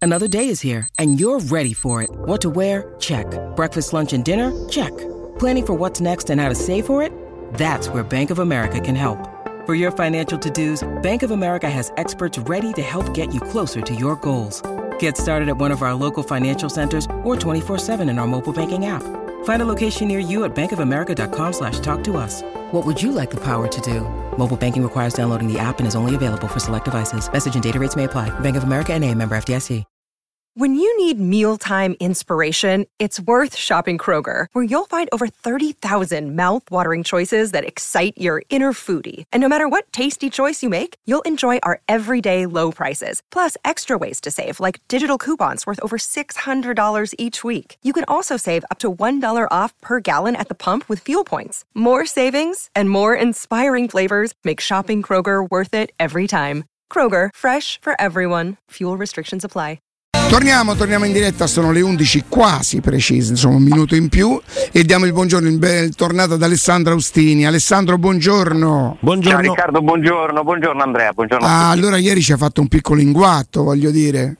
Another day is here, and you're ready for it. What to wear? Check. Breakfast, lunch, and dinner? Check. Planning for what's next and how to save for it? That's where Bank of America can help. For your financial to-dos, Bank of America has experts ready to help get you closer to your goals. Get started at one of our local financial centers or 24/7 in our mobile banking app. Find a location near you at bankofamerica.com/talktous. What would you like the power to do? Mobile banking requires downloading the app and is only available for select devices. Message and data rates may apply. Bank of America N.A., member FDIC. When you need mealtime inspiration, it's worth shopping Kroger, where you'll find over 30,000 mouth-watering choices that excite your inner foodie. And no matter what tasty choice you make, you'll enjoy our everyday low prices, plus extra ways to save, like digital coupons worth over $600 each week. You can also save up to $1 off per gallon at the pump with fuel points. More savings and more inspiring flavors make shopping Kroger worth it every time. Kroger, fresh for everyone. Fuel restrictions apply. Torniamo in diretta, sono le 11 quasi precise, insomma un minuto in più, e diamo il buongiorno, il bentornato ad Alessandro Austini. Alessandro, buongiorno. Ciao Riccardo, buongiorno Andrea, buongiorno. Allora ieri ci ha fatto un piccolo inguatto, voglio dire.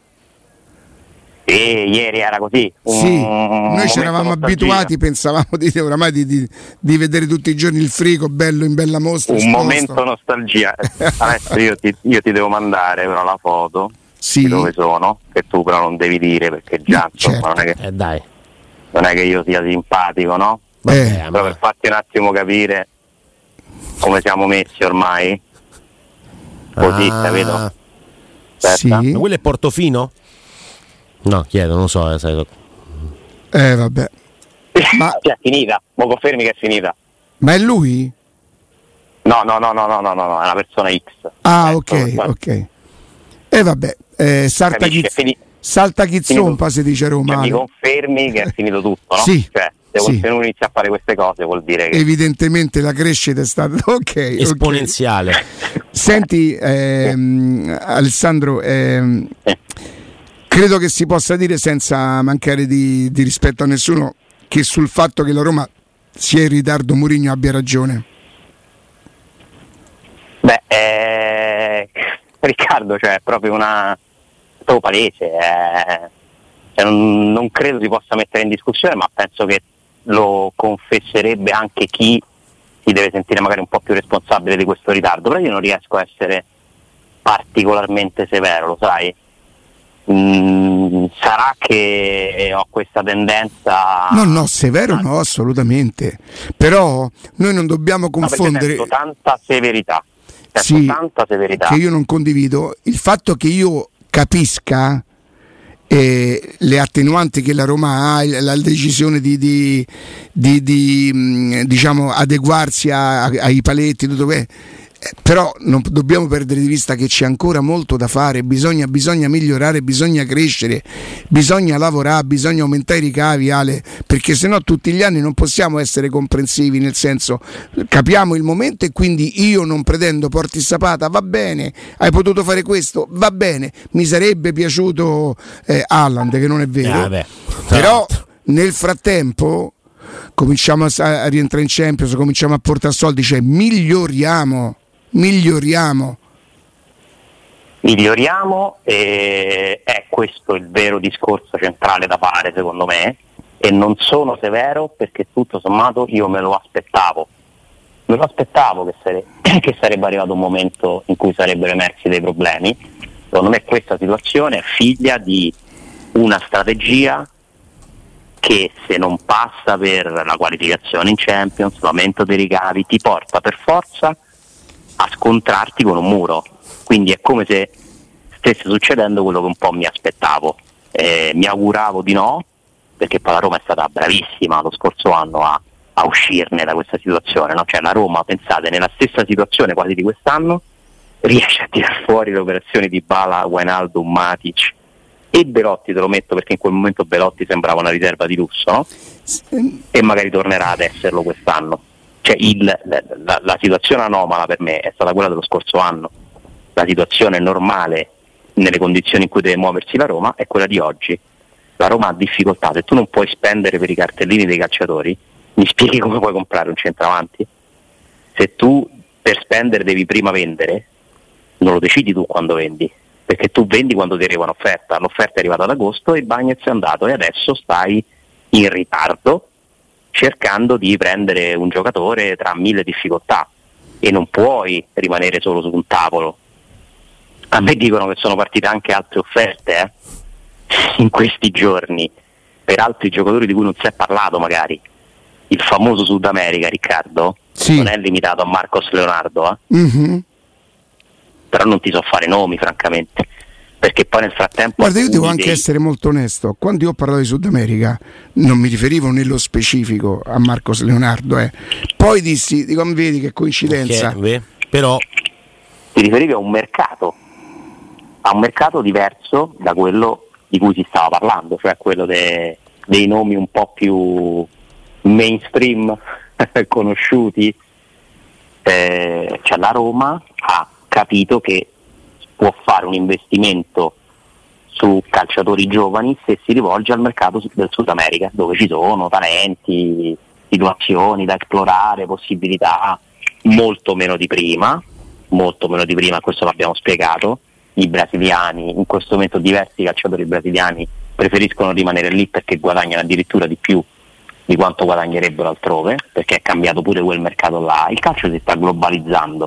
Ieri era così. Sì, noi ci eravamo abituati, pensavamo oramai di vedere tutti i giorni il frigo bello in bella mostra. Un momento nostalgia. Adesso io ti devo mandare però la foto. Sì. Dove sono, che tu però non devi dire, perché già certo. Non è che dai. Non è che io sia simpatico, no? Però per farti un attimo capire come siamo messi ormai, così, capito? Sì. Ma quello è Portofino? No, chiedo, non so, sai. Vabbè. Ma è finita, mo confermi che è finita. Ma è lui? No, è una persona X. Ah, ok. Vabbè, salta chizzompa, si dice a Roma. Mi confermi che è finito tutto, no? Sì. Cioè, se uno inizia a fare queste cose vuol dire che evidentemente la crescita è stata esponenziale. Senti, Alessandro, credo che si possa dire senza mancare di rispetto a nessuno che sul fatto che la Roma sia in ritardo Mourinho abbia ragione. Riccardo, cioè è proprio proprio palese, cioè, non credo si possa mettere in discussione, ma penso che lo confesserebbe anche chi si deve sentire magari un po' più responsabile di questo ritardo. Però io non riesco a essere particolarmente severo, lo sai. Sarà che ho questa tendenza. No, severo no, assolutamente. Però noi non dobbiamo confondere. Tanta severità. Sì, tanta severità che io non condivido. Il fatto che io capisca le attenuanti che la Roma ha, la decisione di diciamo adeguarsi ai paletti, tutto però non dobbiamo perdere di vista che c'è ancora molto da fare, bisogna migliorare, bisogna crescere, bisogna lavorare, bisogna aumentare i ricavi, Ale, perché sennò tutti gli anni non possiamo essere comprensivi, nel senso, capiamo il momento e quindi io non pretendo porti Zapata, va bene, hai potuto fare questo, va bene, mi sarebbe piaciuto Haaland, che non è vero, però nel frattempo cominciamo a rientrare in Champions, cominciamo a portare soldi, cioè miglioriamo e è questo il vero discorso centrale da fare, secondo me, e non sono severo perché tutto sommato io me lo aspettavo che sarebbe arrivato un momento in cui sarebbero emersi dei problemi. Secondo me questa situazione è figlia di una strategia che, se non passa per la qualificazione in Champions, l'aumento dei ricavi, ti porta per forza a scontrarti con un muro. Quindi è come se stesse succedendo quello che un po' mi aspettavo. Mi auguravo di no, perché poi la Roma è stata bravissima lo scorso anno a uscirne da questa situazione, no? Cioè la Roma, pensate, nella stessa situazione quasi di quest'anno riesce a tirar fuori le operazioni di Dybala, Wijnaldum, Matic e Belotti, te lo metto perché in quel momento Belotti sembrava una riserva di lusso, no? E magari tornerà ad esserlo quest'anno. Cioè la situazione anomala per me è stata quella dello scorso anno. La situazione normale nelle condizioni in cui deve muoversi la Roma è quella di oggi. La Roma ha difficoltà, se tu non puoi spendere per i cartellini dei calciatori, mi spieghi come puoi comprare un centravanti? Se tu per spendere devi prima vendere, non lo decidi tu quando vendi, perché tu vendi quando ti arriva un'offerta. L'offerta è arrivata ad agosto e Bagnez è andato, e adesso stai in ritardo cercando di prendere un giocatore tra 1000 difficoltà, e non puoi rimanere solo su un tavolo. A me dicono che sono partite anche altre offerte in questi giorni per altri giocatori di cui non si è parlato magari. Il famoso Sud America, Riccardo, sì, non è limitato a Marcos Leonardo, Mm-hmm. però non ti so fare nomi francamente, perché poi nel frattempo... Guarda, io devo anche essere molto onesto, quando io ho parlato di Sud America non mi riferivo nello specifico a Marcos Leonardo, poi dico, vedi che coincidenza, però ti riferivi a un mercato diverso da quello di cui si stava parlando, cioè quello dei nomi un po' più mainstream conosciuti. Cioè la Roma ha capito che può fare un investimento su calciatori giovani se si rivolge al mercato del Sud America, dove ci sono talenti, situazioni da esplorare, possibilità, molto meno di prima, questo l'abbiamo spiegato. I brasiliani, in questo momento diversi calciatori brasiliani preferiscono rimanere lì perché guadagnano addirittura di più di quanto guadagnerebbero altrove, perché è cambiato pure quel mercato là. Il calcio si sta globalizzando,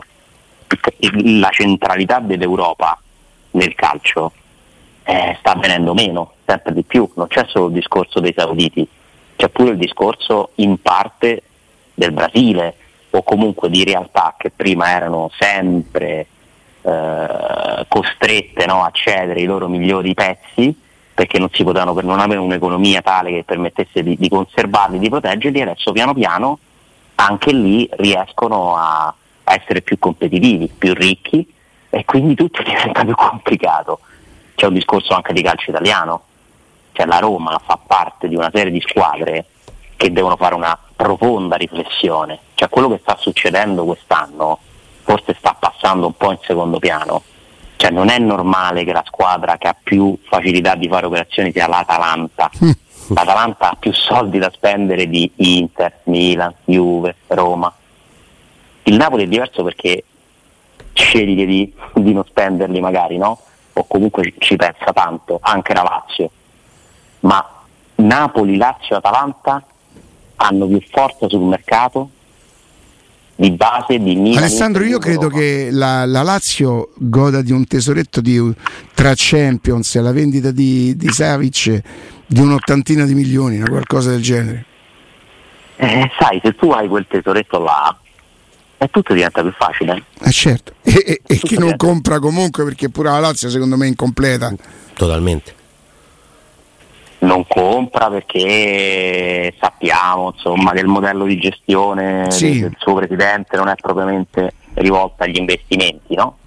la centralità dell'Europa nel calcio sta avvenendo meno, sempre di più. Non c'è solo il discorso dei sauditi, c'è pure il discorso in parte del Brasile, o comunque di realtà che prima erano sempre costrette, a cedere i loro migliori pezzi perché non avevano un'economia tale che permettesse di conservarli, di proteggerli. Adesso piano piano anche lì riescono a essere più competitivi, più ricchi, e quindi tutto diventa più complicato. C'è un discorso anche di calcio italiano, cioè la Roma fa parte di una serie di squadre che devono fare una profonda riflessione, cioè quello che sta succedendo quest'anno forse sta passando un po' in secondo piano. Cioè non è normale che la squadra che ha più facilità di fare operazioni sia l'Atalanta. L'Atalanta ha più soldi da spendere di Inter, Milan, Juve, Roma. Il Napoli è diverso perché sceglie di non spenderli magari, o comunque ci pensa tanto, anche la Lazio. Ma Napoli, Lazio e Atalanta hanno più forza sul mercato di base di Milan. Alessandro, io credo che la Lazio goda di un tesoretto tra Champions e la vendita di Savic di un'ottantina di milioni, qualcosa del genere. Sai, se tu hai quel tesoretto là, tutto diventa più facile. Certo, e chi non compra comunque, perché pure la Lazio secondo me è incompleta. Totalmente. Non compra perché sappiamo che il modello di gestione del suo presidente non è propriamente rivolto agli investimenti, non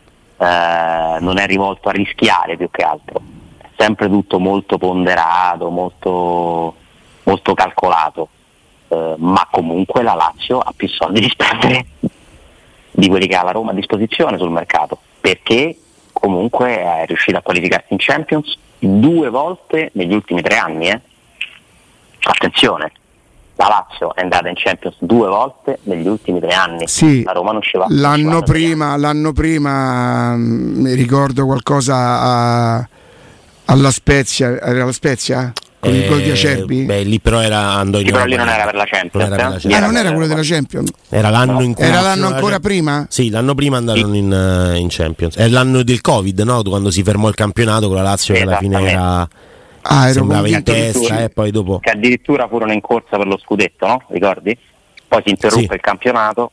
è rivolto a rischiare più che altro, è sempre tutto molto ponderato, molto, molto calcolato, ma comunque la Lazio ha più soldi di spendere di quelli che ha la Roma a disposizione sul mercato, perché comunque è riuscita a qualificarsi in Champions 2 volte negli ultimi 3 anni. Attenzione, la Lazio è andata in Champions 2 volte negli ultimi 3 anni. Sì, la Roma non usciva. L'anno prima mi ricordo qualcosa alla Spezia. Era la Spezia? Con il gol di Acerbi? Lì però andò in Europa. Però lì non era per la Champions. Non era quello della Champions. Era l'anno in cui era l'anno ancora prima? Sì, l'anno prima andarono in Champions. È l'anno del Covid, quando si fermò il campionato con la Lazio, che alla fine era sembrava in testa, e poi dopo che addirittura furono in corsa per lo scudetto, ricordi? Poi si interruppe il campionato,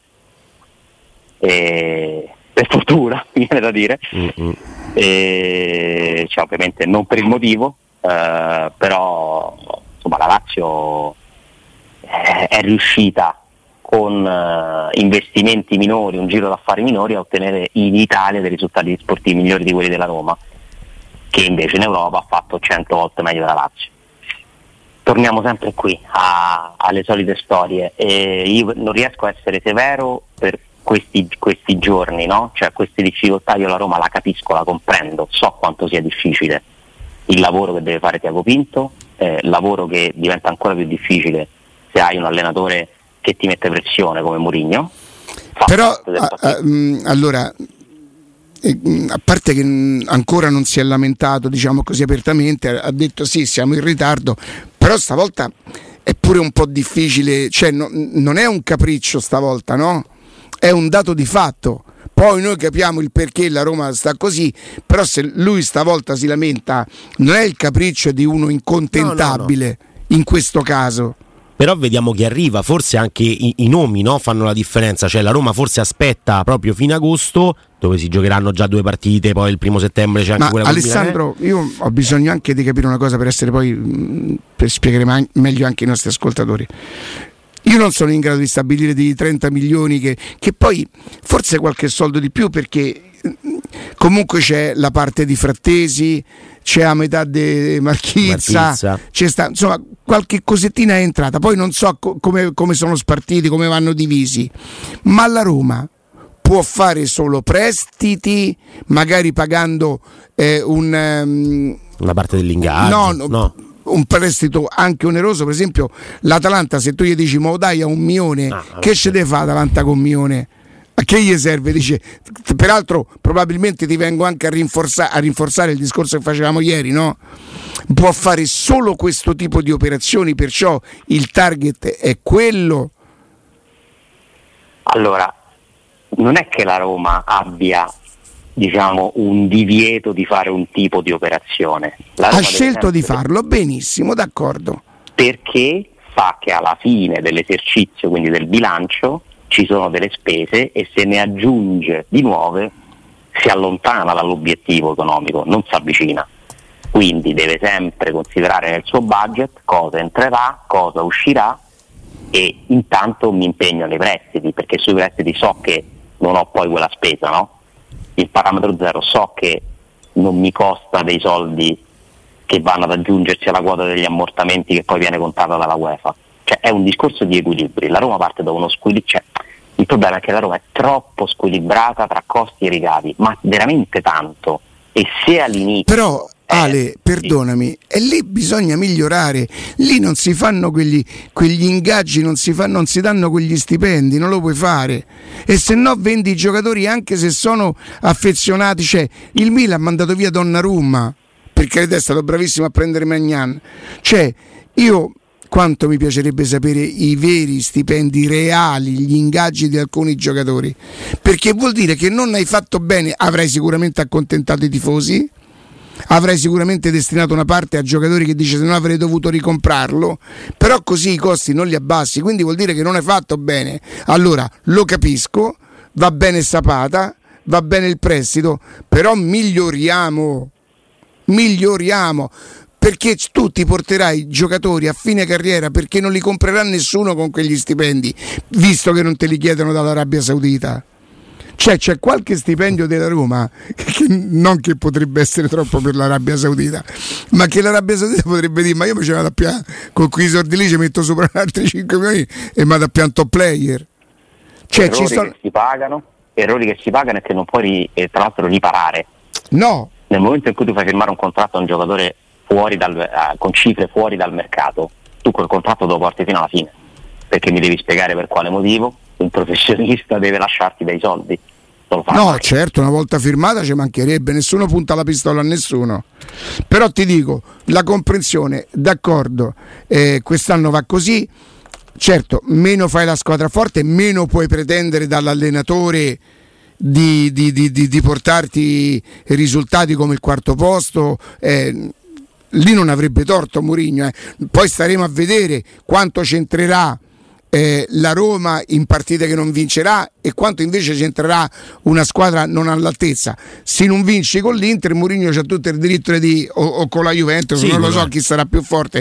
e per fortuna viene da dire, e ovviamente non per il motivo, però la Lazio è riuscita con investimenti minori, un giro d'affari minori, a ottenere in Italia dei risultati sportivi migliori di quelli della Roma, che invece in Europa ha fatto 100 volte meglio della Lazio. Torniamo sempre qui alle solite storie, e io non riesco a essere severo per questi giorni, cioè queste difficoltà. Io la Roma la capisco, la comprendo, so quanto sia difficile il lavoro che deve fare Tiago Pinto, lavoro che diventa ancora più difficile se hai un allenatore che ti mette pressione come Mourinho. Però allora a parte che ancora non si è lamentato, diciamo così apertamente, ha detto sì, siamo in ritardo, però stavolta è pure un po' difficile, cioè non è un capriccio stavolta, no? È un dato di fatto. Poi noi capiamo il perché la Roma sta così, però se lui stavolta si lamenta non è il capriccio di uno incontentabile, no. In questo caso. Però vediamo chi arriva, forse anche i nomi, no, fanno la differenza, cioè la Roma forse aspetta proprio fine agosto, dove si giocheranno già 2 partite, poi il 1 settembre c'è anche quella. Alessandro, io ho bisogno anche di capire una cosa per essere poi, per spiegare meglio anche ai nostri ascoltatori. Io non sono in grado di stabilire di 30 milioni che poi forse qualche soldo di più, perché comunque c'è la parte di Frattesi, c'è a metà di Marchizza. C'è insomma qualche cosettina è entrata, poi non so come sono spartiti, come vanno divisi, ma la Roma può fare solo prestiti, magari pagando una parte dell'ingaggio, no. Un prestito anche oneroso. Per esempio l'Atalanta, se tu gli dici ma dai a 1 milione, che ce deve fare l'Atalanta con 1 milione? A che gli serve? Dice, peraltro probabilmente ti vengo anche a rinforzare il discorso che facevamo ieri, no? Può fare solo questo tipo di operazioni, perciò il target è quello. Allora, non è che la Roma abbia, diciamo, un divieto di fare un tipo di operazione. Ha scelto di farlo, benissimo, d'accordo. Perché fa che alla fine dell'esercizio, quindi del bilancio, ci sono delle spese e se ne aggiunge di nuove si allontana dall'obiettivo economico, non si avvicina. Quindi deve sempre considerare nel suo budget cosa entrerà, cosa uscirà, e intanto mi impegno nei prestiti, perché sui prestiti so che non ho poi quella spesa, no? Il parametro zero so che non mi costa dei soldi che vanno ad aggiungersi alla quota degli ammortamenti che poi viene contata dalla UEFA. Cioè è un discorso di equilibri. La Roma parte da uno squilibrio, cioè, il problema è che la Roma è troppo squilibrata tra costi e ricavi, ma veramente tanto. E se all'inizio però Ale, perdonami, e lì bisogna migliorare, lì non si fanno quegli ingaggi, non si danno quegli stipendi, non lo puoi fare, e se no vendi i giocatori anche se sono affezionati. Cioè il Milan ha mandato via Donnarumma, per carità è stato bravissimo a prendere Maignan. Cioè io quanto mi piacerebbe sapere i veri stipendi reali, gli ingaggi di alcuni giocatori, perché vuol dire che non hai fatto bene. Avrai sicuramente accontentato i tifosi, avrai sicuramente destinato una parte a giocatori che dice se no avrei dovuto ricomprarlo, però così i costi non li abbassi, quindi vuol dire che non hai fatto bene. Allora lo capisco, va bene Zapata, va bene il prestito, però miglioriamo, perché tu ti porterai giocatori a fine carriera, perché non li comprerà nessuno con quegli stipendi, visto che non te li chiedono dall'Arabia Saudita. Cioè c'è qualche stipendio della Roma che non che potrebbe essere troppo per l'Arabia Saudita, ma che l'Arabia Saudita potrebbe dire ma io mi ce vado a piano con quei soldi lì, ci metto sopra altri 5 milioni e vado a piano top player. Cioè errori che si pagano e che non puoi tra l'altro riparare. No. Nel momento in cui tu fai firmare un contratto a un giocatore con cifre fuori dal mercato, tu quel contratto lo porti fino alla fine, perché mi devi spiegare per quale motivo un professionista deve lasciarti dei soldi. No, certo, una volta firmata ci mancherebbe, nessuno punta la pistola a nessuno, però ti dico, la comprensione, d'accordo, quest'anno va così, certo, meno fai la squadra forte, meno puoi pretendere dall'allenatore di portarti risultati come il 4º posto. Lì non avrebbe torto Mourinho, poi staremo a vedere quanto c'entrerà la Roma in partite che non vincerà e quanto invece c'entrerà una squadra non all'altezza. Se non vinci con l'Inter, Mourinho c'ha tutto il diritto di o con la Juventus, sì, non lo so chi sarà più forte.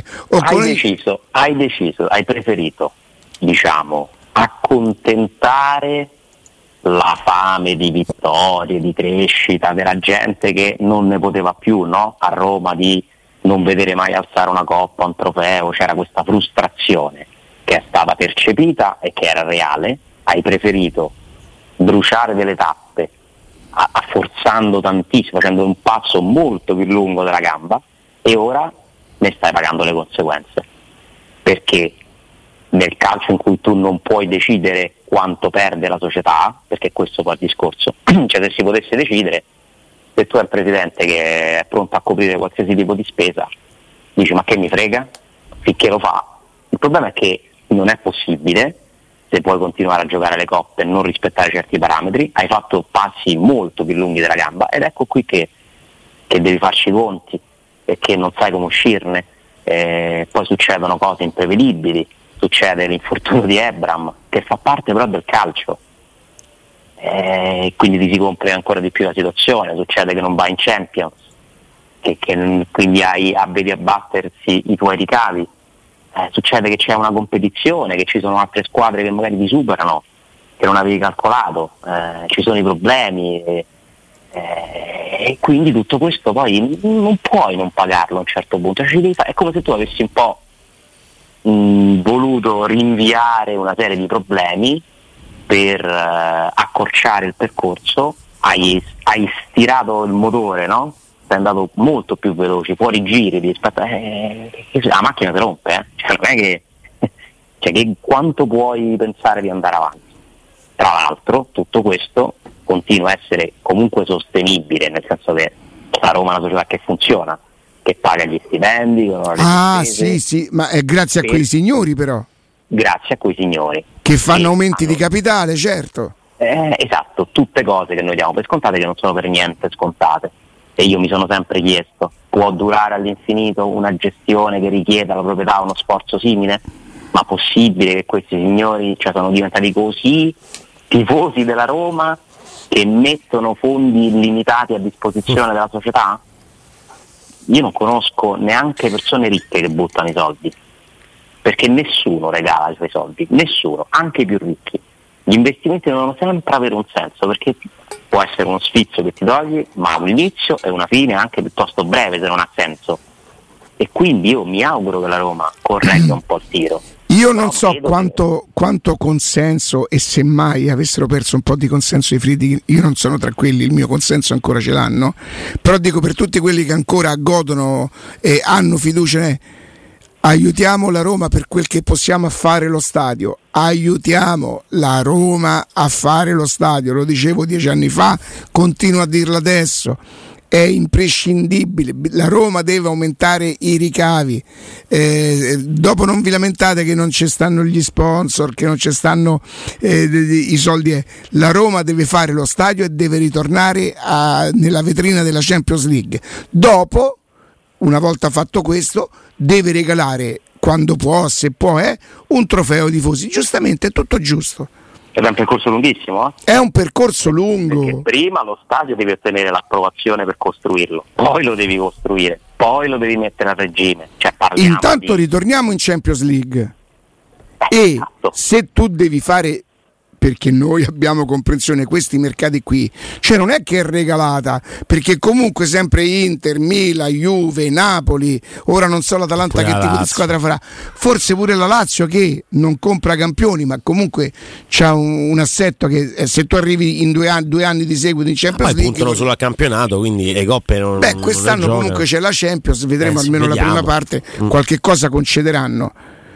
Hai preferito, diciamo, accontentare la fame di vittorie, di crescita della gente che non ne poteva più, no? A Roma di non vedere mai alzare una coppa, un trofeo, c'era questa frustrazione che è stata percepita e che era reale. Hai preferito bruciare delle tappe forzando tantissimo, facendo un passo molto più lungo della gamba, e ora ne stai pagando le conseguenze, perché nel calcio in cui tu non puoi decidere quanto perde la società, perché questo poi è il discorso. Cioè, se si potesse decidere, se tu hai il presidente che è pronto a coprire qualsiasi tipo di spesa, dici ma che mi frega, finché lo fa. Il problema è che non è possibile, se puoi continuare a giocare le coppe e non rispettare certi parametri. Hai fatto passi molto più lunghi della gamba ed ecco qui che devi farci i conti e che non sai come uscirne. Poi succedono cose imprevedibili, succede l'infortunio di Ebram che fa parte però del calcio, quindi ti si complica ancora di più la situazione. Succede che non vai in Champions, che quindi vedi abbattersi i tuoi ricavi. Succede che c'è una competizione, che ci sono altre squadre che magari ti superano, che non avevi calcolato, ci sono i problemi e quindi tutto questo poi non puoi non pagarlo a un certo punto. È come se tu avessi un po' voluto rinviare una serie di problemi per accorciare il percorso, hai stirato il motore, no? Sei andato molto più veloci, fuori giri rispetto la macchina si rompe, cioè non è che quanto puoi pensare di andare avanti. Tra l'altro tutto questo continua a essere comunque sostenibile, nel senso che la Roma è una società che funziona, che paga gli stipendi, sì, ma è grazie a quei signori, però grazie a quei signori che fanno aumenti di capitale, certo. Esatto, tutte cose che noi diamo per scontate, che non sono per niente scontate. E io mi sono sempre chiesto, può durare all'infinito una gestione che richieda la proprietà uno sforzo simile? Ma possibile che questi signori sono diventati così tifosi della Roma che mettono fondi illimitati a disposizione della società? Io non conosco neanche persone ricche che buttano i soldi, perché nessuno regala i suoi soldi, nessuno, anche i più ricchi. Gli investimenti devono sempre avere un senso, perché può essere uno sfizio che ti togli, ma un inizio e una fine anche piuttosto breve se non ha senso. E quindi io mi auguro che la Roma corregga un po' il tiro. Io non so quanto consenso, e se mai avessero perso un po' di consenso i Friedkin, io non sono tra quelli, il mio consenso ancora ce l'hanno, però dico per tutti quelli che ancora godono e hanno fiducia, aiutiamo la Roma per quel che possiamo a fare lo stadio, aiutiamo la Roma a fare lo stadio, lo dicevo 10 anni fa, continuo a dirlo adesso. È imprescindibile, la Roma deve aumentare i ricavi, dopo non vi lamentate che non ci stanno gli sponsor, che non ci stanno i soldi, la Roma deve fare lo stadio e deve ritornare nella vetrina della Champions League. Dopo, una volta fatto questo, deve regalare, quando può, se può, un trofeo ai tifosi. Giustamente, è tutto giusto. Ed è un percorso lunghissimo? È un percorso lungo. Perché prima lo stadio devi ottenere l'approvazione per costruirlo, poi lo devi costruire, poi lo devi mettere a regime. Intanto ritorniamo in Champions League. Esatto. Se tu devi fare, perché noi abbiamo comprensione, questi mercati qui, non è che è regalata, perché comunque sempre Inter, Milan, Juve, Napoli, ora non so l'Atalanta pure che tipo di squadra farà, forse pure la Lazio che non compra campioni, ma comunque c'ha un assetto che se tu arrivi in due anni di seguito in Champions League puntano solo al campionato, quindi le coppe non quest'anno non comunque c'è la Champions, vedremo almeno vediamo. La prima parte, qualche cosa concederanno.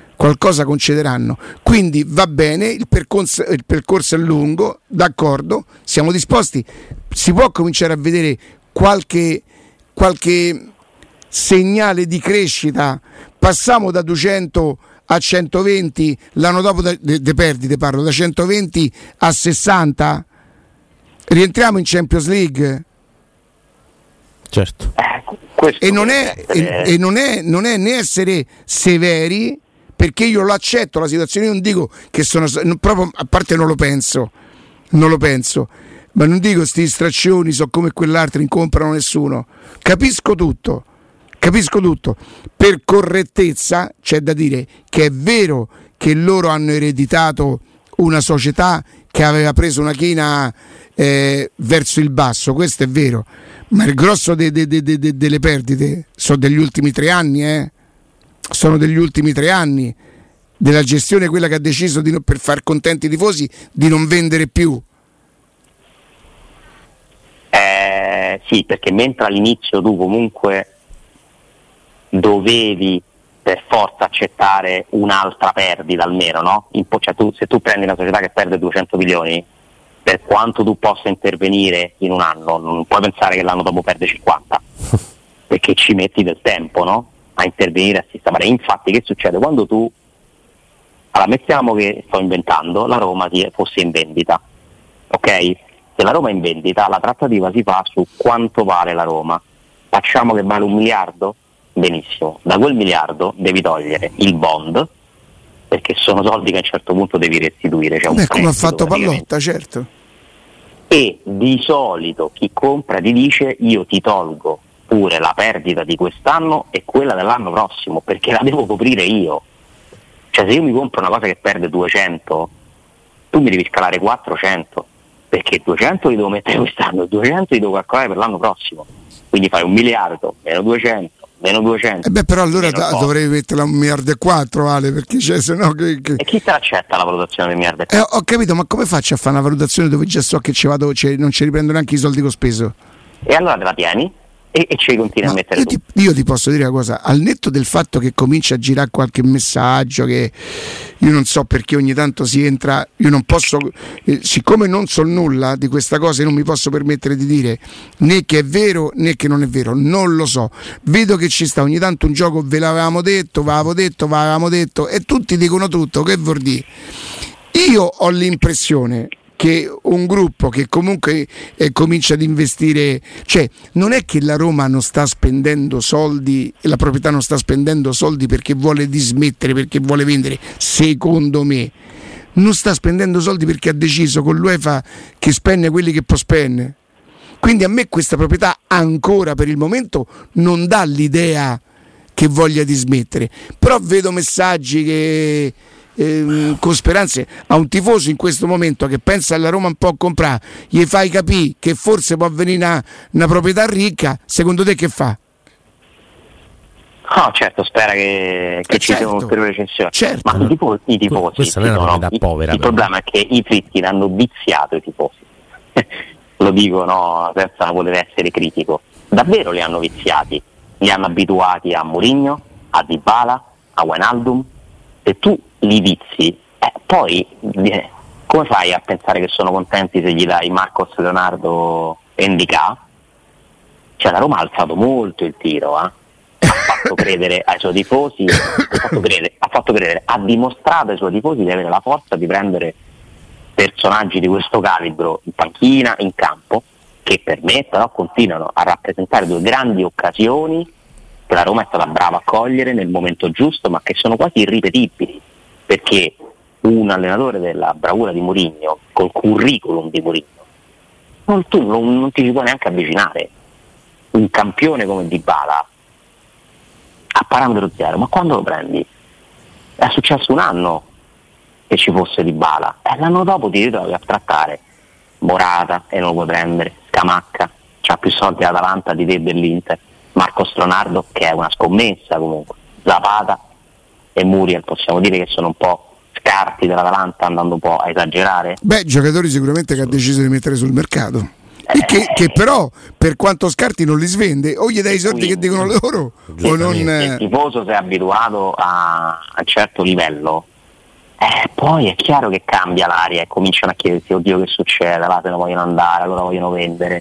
Quindi va bene, il percorso è lungo, d'accordo, siamo disposti, si può cominciare a vedere qualche segnale di crescita, passiamo da 200 a 120, l'anno dopo de perdite parlo, da 120 a 60, rientriamo in Champions League. Certo. E non è né essere severi, perché io lo accetto la situazione, io non dico che sono proprio, a parte non lo penso, ma non dico sti straccioni so come quell'altro, non comprano nessuno, capisco tutto, per correttezza c'è da dire che è vero che loro hanno ereditato una società che aveva preso una china verso il basso, questo è vero, ma il grosso delle perdite sono degli ultimi 3 anni, sono degli ultimi 3 anni della gestione, quella che ha deciso per far contenti i tifosi di non vendere più. Sì, perché mentre all'inizio tu comunque dovevi per forza accettare un'altra perdita almeno, no? Cioè se tu prendi una società che perde 200 milioni, per quanto tu possa intervenire in un anno, non puoi pensare che l'anno dopo perde 50, perché ci metti del tempo, no? A intervenire, a sistemare. Infatti che succede? Quando tu, allora mettiamo che, sto inventando, la Roma fosse in vendita, ok? Se la Roma è in vendita, la trattativa si fa su quanto vale la Roma. Facciamo che vale 1 miliardo? Benissimo, da quel miliardo devi togliere il bond, perché sono soldi che a un certo punto devi restituire. Cioè come ha fatto Pallotta, certo. E di solito chi compra ti dice: io ti tolgo pure la perdita di quest'anno e quella dell'anno prossimo, perché la devo coprire io. Cioè se io mi compro una cosa che perde 200, tu mi devi scalare 400, perché 200 li devo mettere quest'anno, 200 li devo calcolare per l'anno prossimo. Quindi fai 1 miliardo, meno 200, meno 200. Però allora dovrei metterla 1,4 miliardi, Ale, perché c'è, se no che... E chi te l'accetta la valutazione del 1,4 miliardi? Ho capito, ma come faccio a fare una valutazione dove già so che ci vado, non ci riprendo neanche i soldi che ho speso? E allora te la tieni e ci continui a mettere io ti posso dire una cosa, al netto del fatto che comincia a girare qualche messaggio, che io non so perché ogni tanto si entra, io non posso, siccome non so nulla di questa cosa, non mi posso permettere di dire né che è vero né che non è vero, non lo so. Vedo che ci sta ogni tanto un gioco, ve l'avevamo detto, e tutti dicono tutto, che vuol dire? Io ho l'impressione che un gruppo che comunque comincia ad investire, cioè non è che la Roma non sta spendendo soldi, la proprietà non sta spendendo soldi perché vuole dismettere, perché vuole vendere, secondo me non sta spendendo soldi perché ha deciso con l'UEFA che spende quelli che può spendere. Quindi a me questa proprietà ancora per il momento non dà l'idea che voglia dismettere, però vedo messaggi che con speranze a un tifoso in questo momento che pensa alla Roma un po' a comprare, gli fai capire che forse può venire una proprietà ricca, secondo te che fa? No, certo, spera che ci sia un'ulteriore recensione. Certo. Ma i tifosi questa non è una proprietà povera. Il problema è che i Fritti hanno viziato i tifosi. Lo dico senza voler essere critico. Davvero li hanno viziati. Li hanno abituati a Mourinho, a Dybala, a Wijnaldum. Se tu li vizi, poi come fai a pensare che sono contenti se gli dai Marcos, Leonardo e Ndicà? Cioè la Roma ha alzato molto il tiro, ha fatto credere ai suoi tifosi, ha dimostrato ai suoi tifosi di avere la forza di prendere personaggi di questo calibro in panchina, in campo, che per me però continuano a rappresentare 2 grandi occasioni che la Roma è stata brava a cogliere nel momento giusto, ma che sono quasi irripetibili, perché un allenatore della bravura di Mourinho, col curriculum di Mourinho, tu non ti ci puoi neanche avvicinare. Un campione come Dybala a parametro zero, ma quando lo prendi? È successo un anno che ci fosse Dybala, e l'anno dopo ti ritrovi a trattare Morata e non lo puoi prendere, Scamacca, c'ha più soldi l'Atalanta di te e dell'Inter, Marcos, Leonardo, che è una scommessa comunque, Zapata e Muriel, possiamo dire che sono un po' scarti dell'Atalanta, andando un po' a esagerare? Beh, giocatori sicuramente che ha deciso di mettere sul mercato. Che però per quanto scarti non li svende, o gli dai i soldi che dicono loro o non. Il tifoso si è abituato a un certo livello, poi è chiaro che cambia l'aria e cominciano a chiedersi: oddio, che succede? Là se ne vogliono andare, allora vogliono vendere,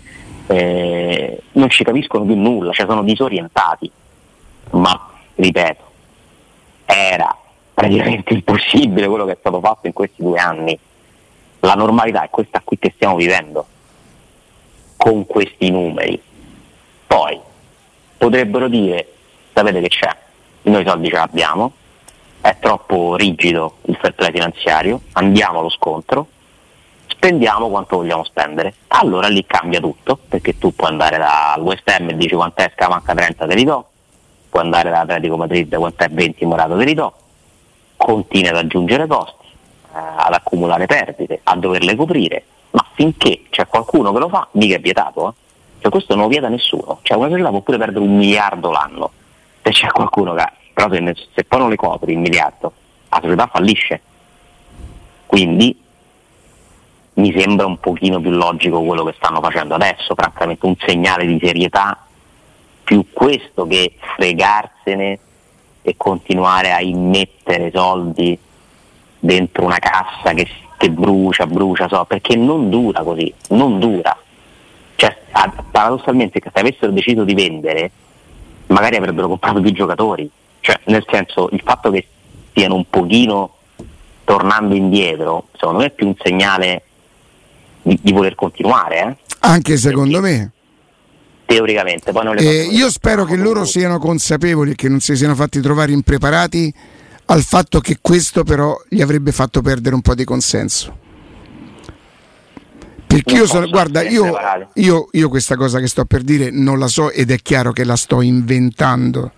non ci capiscono più nulla, cioè sono disorientati. Ma ripeto, era praticamente impossibile quello che è stato fatto in questi 2 anni. La normalità è questa qui che stiamo vivendo con questi numeri. Poi potrebbero dire: sapete che c'è, noi i soldi ce l'abbiamo, è troppo rigido il fair play finanziario, andiamo allo scontro, spendiamo quanto vogliamo spendere. Allora lì cambia tutto, perché tu puoi andare dal West Ham e dici: quant'è Scamacca? 30 te li do. Puoi andare dall'Atletico Madrid, quant'è 20 Morata te li do. Continui ad aggiungere costi, ad accumulare perdite, a doverle coprire, ma finché c'è qualcuno che lo fa, mica è vietato, cioè questo non lo vieta nessuno. Cioè una società può pure perdere 1 miliardo l'anno, se c'è qualcuno che, però se poi non le copri 1 miliardo, la società fallisce. Quindi mi sembra un pochino più logico quello che stanno facendo adesso, francamente un segnale di serietà, più questo che fregarsene e continuare a immettere soldi dentro una cassa che brucia, perché non dura così, non dura. Cioè, paradossalmente, se avessero deciso di vendere, magari avrebbero comprato più giocatori. Cioè, nel senso, il fatto che stiano un pochino tornando indietro, secondo me è più un segnale di voler continuare. Anche secondo me. Teoricamente. Poi non io spero che loro siano consapevoli e che non si siano fatti trovare impreparati al fatto che questo però gli avrebbe fatto perdere un po' di consenso. Perché io questa cosa che sto per dire non la so ed è chiaro che la sto inventando.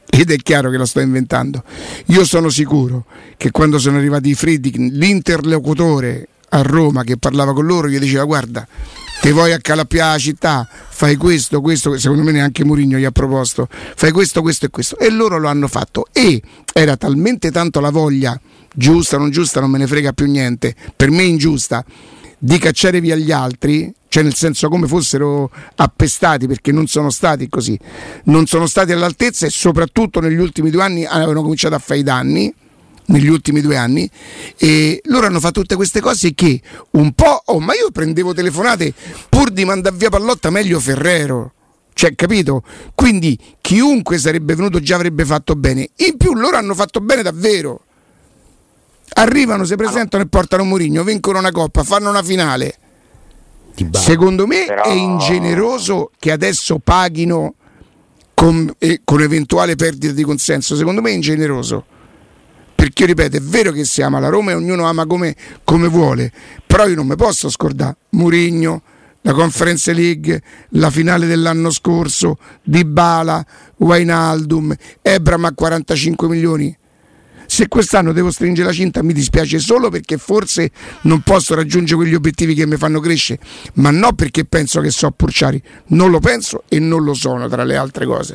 Io sono sicuro che quando sono arrivati i Friedkin, l'interlocutore a Roma che parlava con loro gli diceva: guarda, te vuoi accalappiare la città, fai questo, secondo me neanche Mourinho gli ha proposto, fai questo e questo, e loro lo hanno fatto, e era talmente tanto la voglia, giusta o non giusta non me ne frega più niente, per me ingiusta, di cacciare via gli altri, cioè nel senso come fossero appestati, perché non sono stati così, non sono stati all'altezza, e soprattutto negli ultimi 2 anni avevano cominciato a fare i danni, negli ultimi 2 anni, e loro hanno fatto tutte queste cose che un po', ma io prendevo telefonate pur di mandar via Pallotta, meglio Ferrero, cioè, capito? Quindi chiunque sarebbe venuto già avrebbe fatto bene, in più loro hanno fatto bene davvero, arrivano, si presentano e portano Mourinho, vincono una coppa, fanno una finale. Secondo me è ingeneroso che adesso paghino con eventuale perdita di consenso, secondo me è ingeneroso, perché io ripeto, è vero che si ama la Roma e ognuno ama come vuole, però io non mi posso scordare Mourinho, la Conference League, la finale dell'anno scorso, Dybala, Wijnaldum, Ebram a 45 milioni. Se quest'anno devo stringere la cinta mi dispiace solo perché forse non posso raggiungere quegli obiettivi che mi fanno crescere, ma no perché penso che so Purciari, non lo penso e non lo sono, tra le altre cose.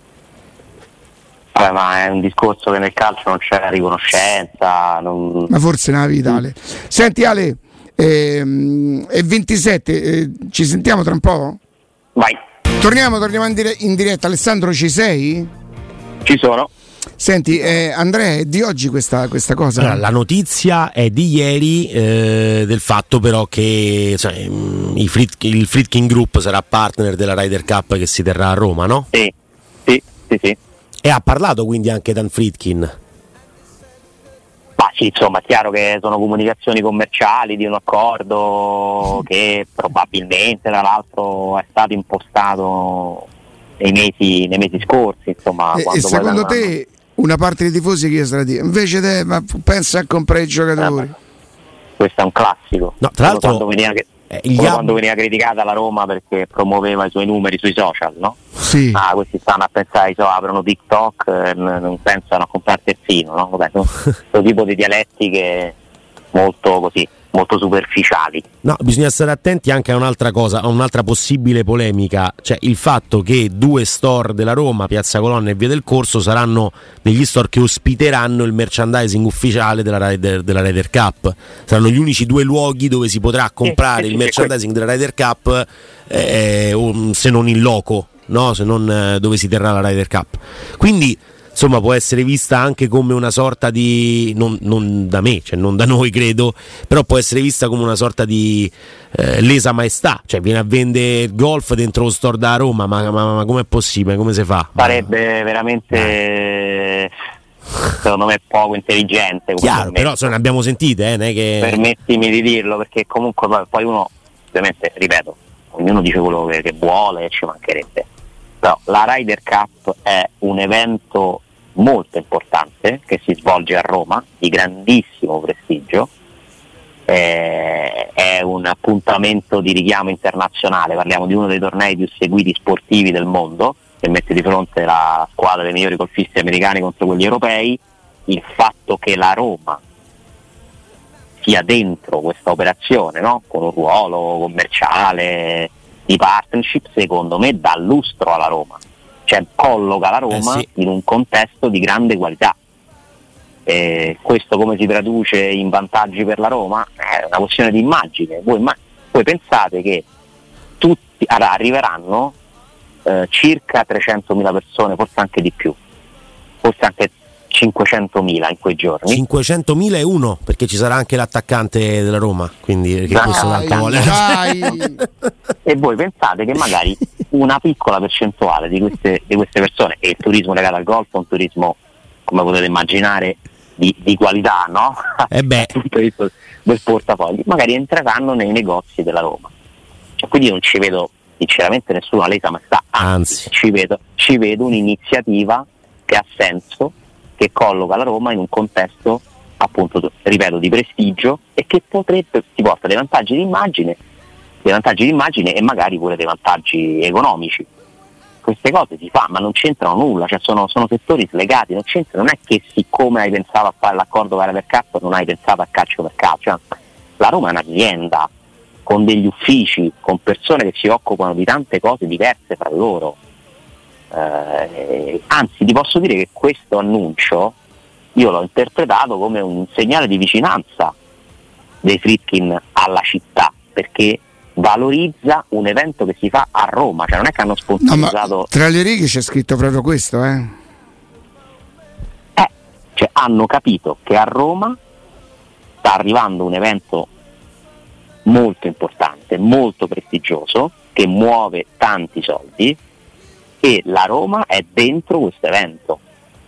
Ma è un discorso che nel calcio non c'è riconoscenza, ma forse nella vita, Ale. Senti Ale, è 27, ci sentiamo tra un po'? Vai. Torniamo in diretta. Alessandro, ci sei? Ci sono. Senti, Andrea, è di oggi questa cosa? Allora, la notizia è di ieri, del fatto però che il Friedkin Group sarà partner della Ryder Cup che si terrà a Roma, no? Sì. E ha parlato quindi anche Dan Friedkin? Ma sì, insomma, è chiaro che sono comunicazioni commerciali di un accordo che probabilmente tra l'altro è stato impostato nei mesi scorsi, insomma. E secondo te una parte dei tifosi che sarà dire invece ma pensa a comprare i giocatori? Questo è un classico. No, tra l'altro quando veniva criticata la Roma perché promuoveva i suoi numeri sui social, no? Sì. Questi stanno a pensare, aprono TikTok, non pensano a comprare terzino, no? Vabbè, questo tipo di dialettiche molto superficiali. No, bisogna stare attenti anche a un'altra cosa, a un'altra possibile polemica, cioè il fatto che 2 store della Roma, Piazza Colonna e Via del Corso, saranno degli store che ospiteranno il merchandising ufficiale della Ryder Cup. Saranno gli unici 2 luoghi dove si potrà comprare il merchandising della Ryder Cup, se non in loco, no? Se non dove si terrà la Ryder Cup. Quindi insomma può essere vista anche come una sorta di, non da me, cioè non da noi credo, però può essere vista come una sorta di lesa maestà, cioè viene a vendere golf dentro lo store da Roma, ma com'è possibile, come si fa? Sarebbe veramente secondo me poco intelligente. Chiaro, però ne abbiamo sentite, che... Permettimi di dirlo, perché comunque poi uno, ovviamente, ripeto, ognuno dice quello che vuole, ci mancherebbe. Però la Ryder Cup è un evento molto importante che si svolge a Roma, di grandissimo prestigio, è un appuntamento di richiamo internazionale, parliamo di uno dei tornei più seguiti sportivi del mondo, che mette di fronte la squadra dei migliori golfisti americani contro quelli europei. Il fatto che la Roma sia dentro questa operazione, no? Con un ruolo commerciale di partnership, secondo me dà lustro alla Roma, cioè colloca la Roma in un contesto di grande qualità. Questo come si traduce in vantaggi per la Roma? È una questione di immagine. Voi pensate che tutti arriveranno circa 300.000 persone, forse anche di più, forse anche 500.000 in quei giorni. 500.000 e uno, perché ci sarà anche l'attaccante della Roma, quindi che questo tanto vuole. E voi pensate che magari una piccola percentuale di queste persone, e il turismo legato al golf è un turismo, come potete immaginare, di qualità, no? Dal punto di vista del portafoglio, magari entreranno nei negozi della Roma. Quindi non ci vedo sinceramente nessuna lesa maestà, anzi ci vedo un'iniziativa che ha senso, che colloca la Roma in un contesto, appunto, ripeto, di prestigio, e che potrebbe ti porta dei vantaggi di immagine e magari pure dei vantaggi economici. Queste cose si fa, ma non c'entrano nulla, cioè sono settori slegati, non è che siccome hai pensato a fare l'accordo con la Mercato non hai pensato a calcio per calcio. Cioè, la Roma è un'azienda con degli uffici, con persone che si occupano di tante cose diverse fra loro. Anzi, ti posso dire che questo annuncio io l'ho interpretato come un segnale di vicinanza dei Friedkin alla città, perché valorizza un evento che si fa a Roma, cioè non è che hanno sponsorizzato. No, tra le righe c'è scritto proprio questo, cioè hanno capito che a Roma sta arrivando un evento molto importante, molto prestigioso, che muove tanti soldi, e la Roma è dentro questo evento.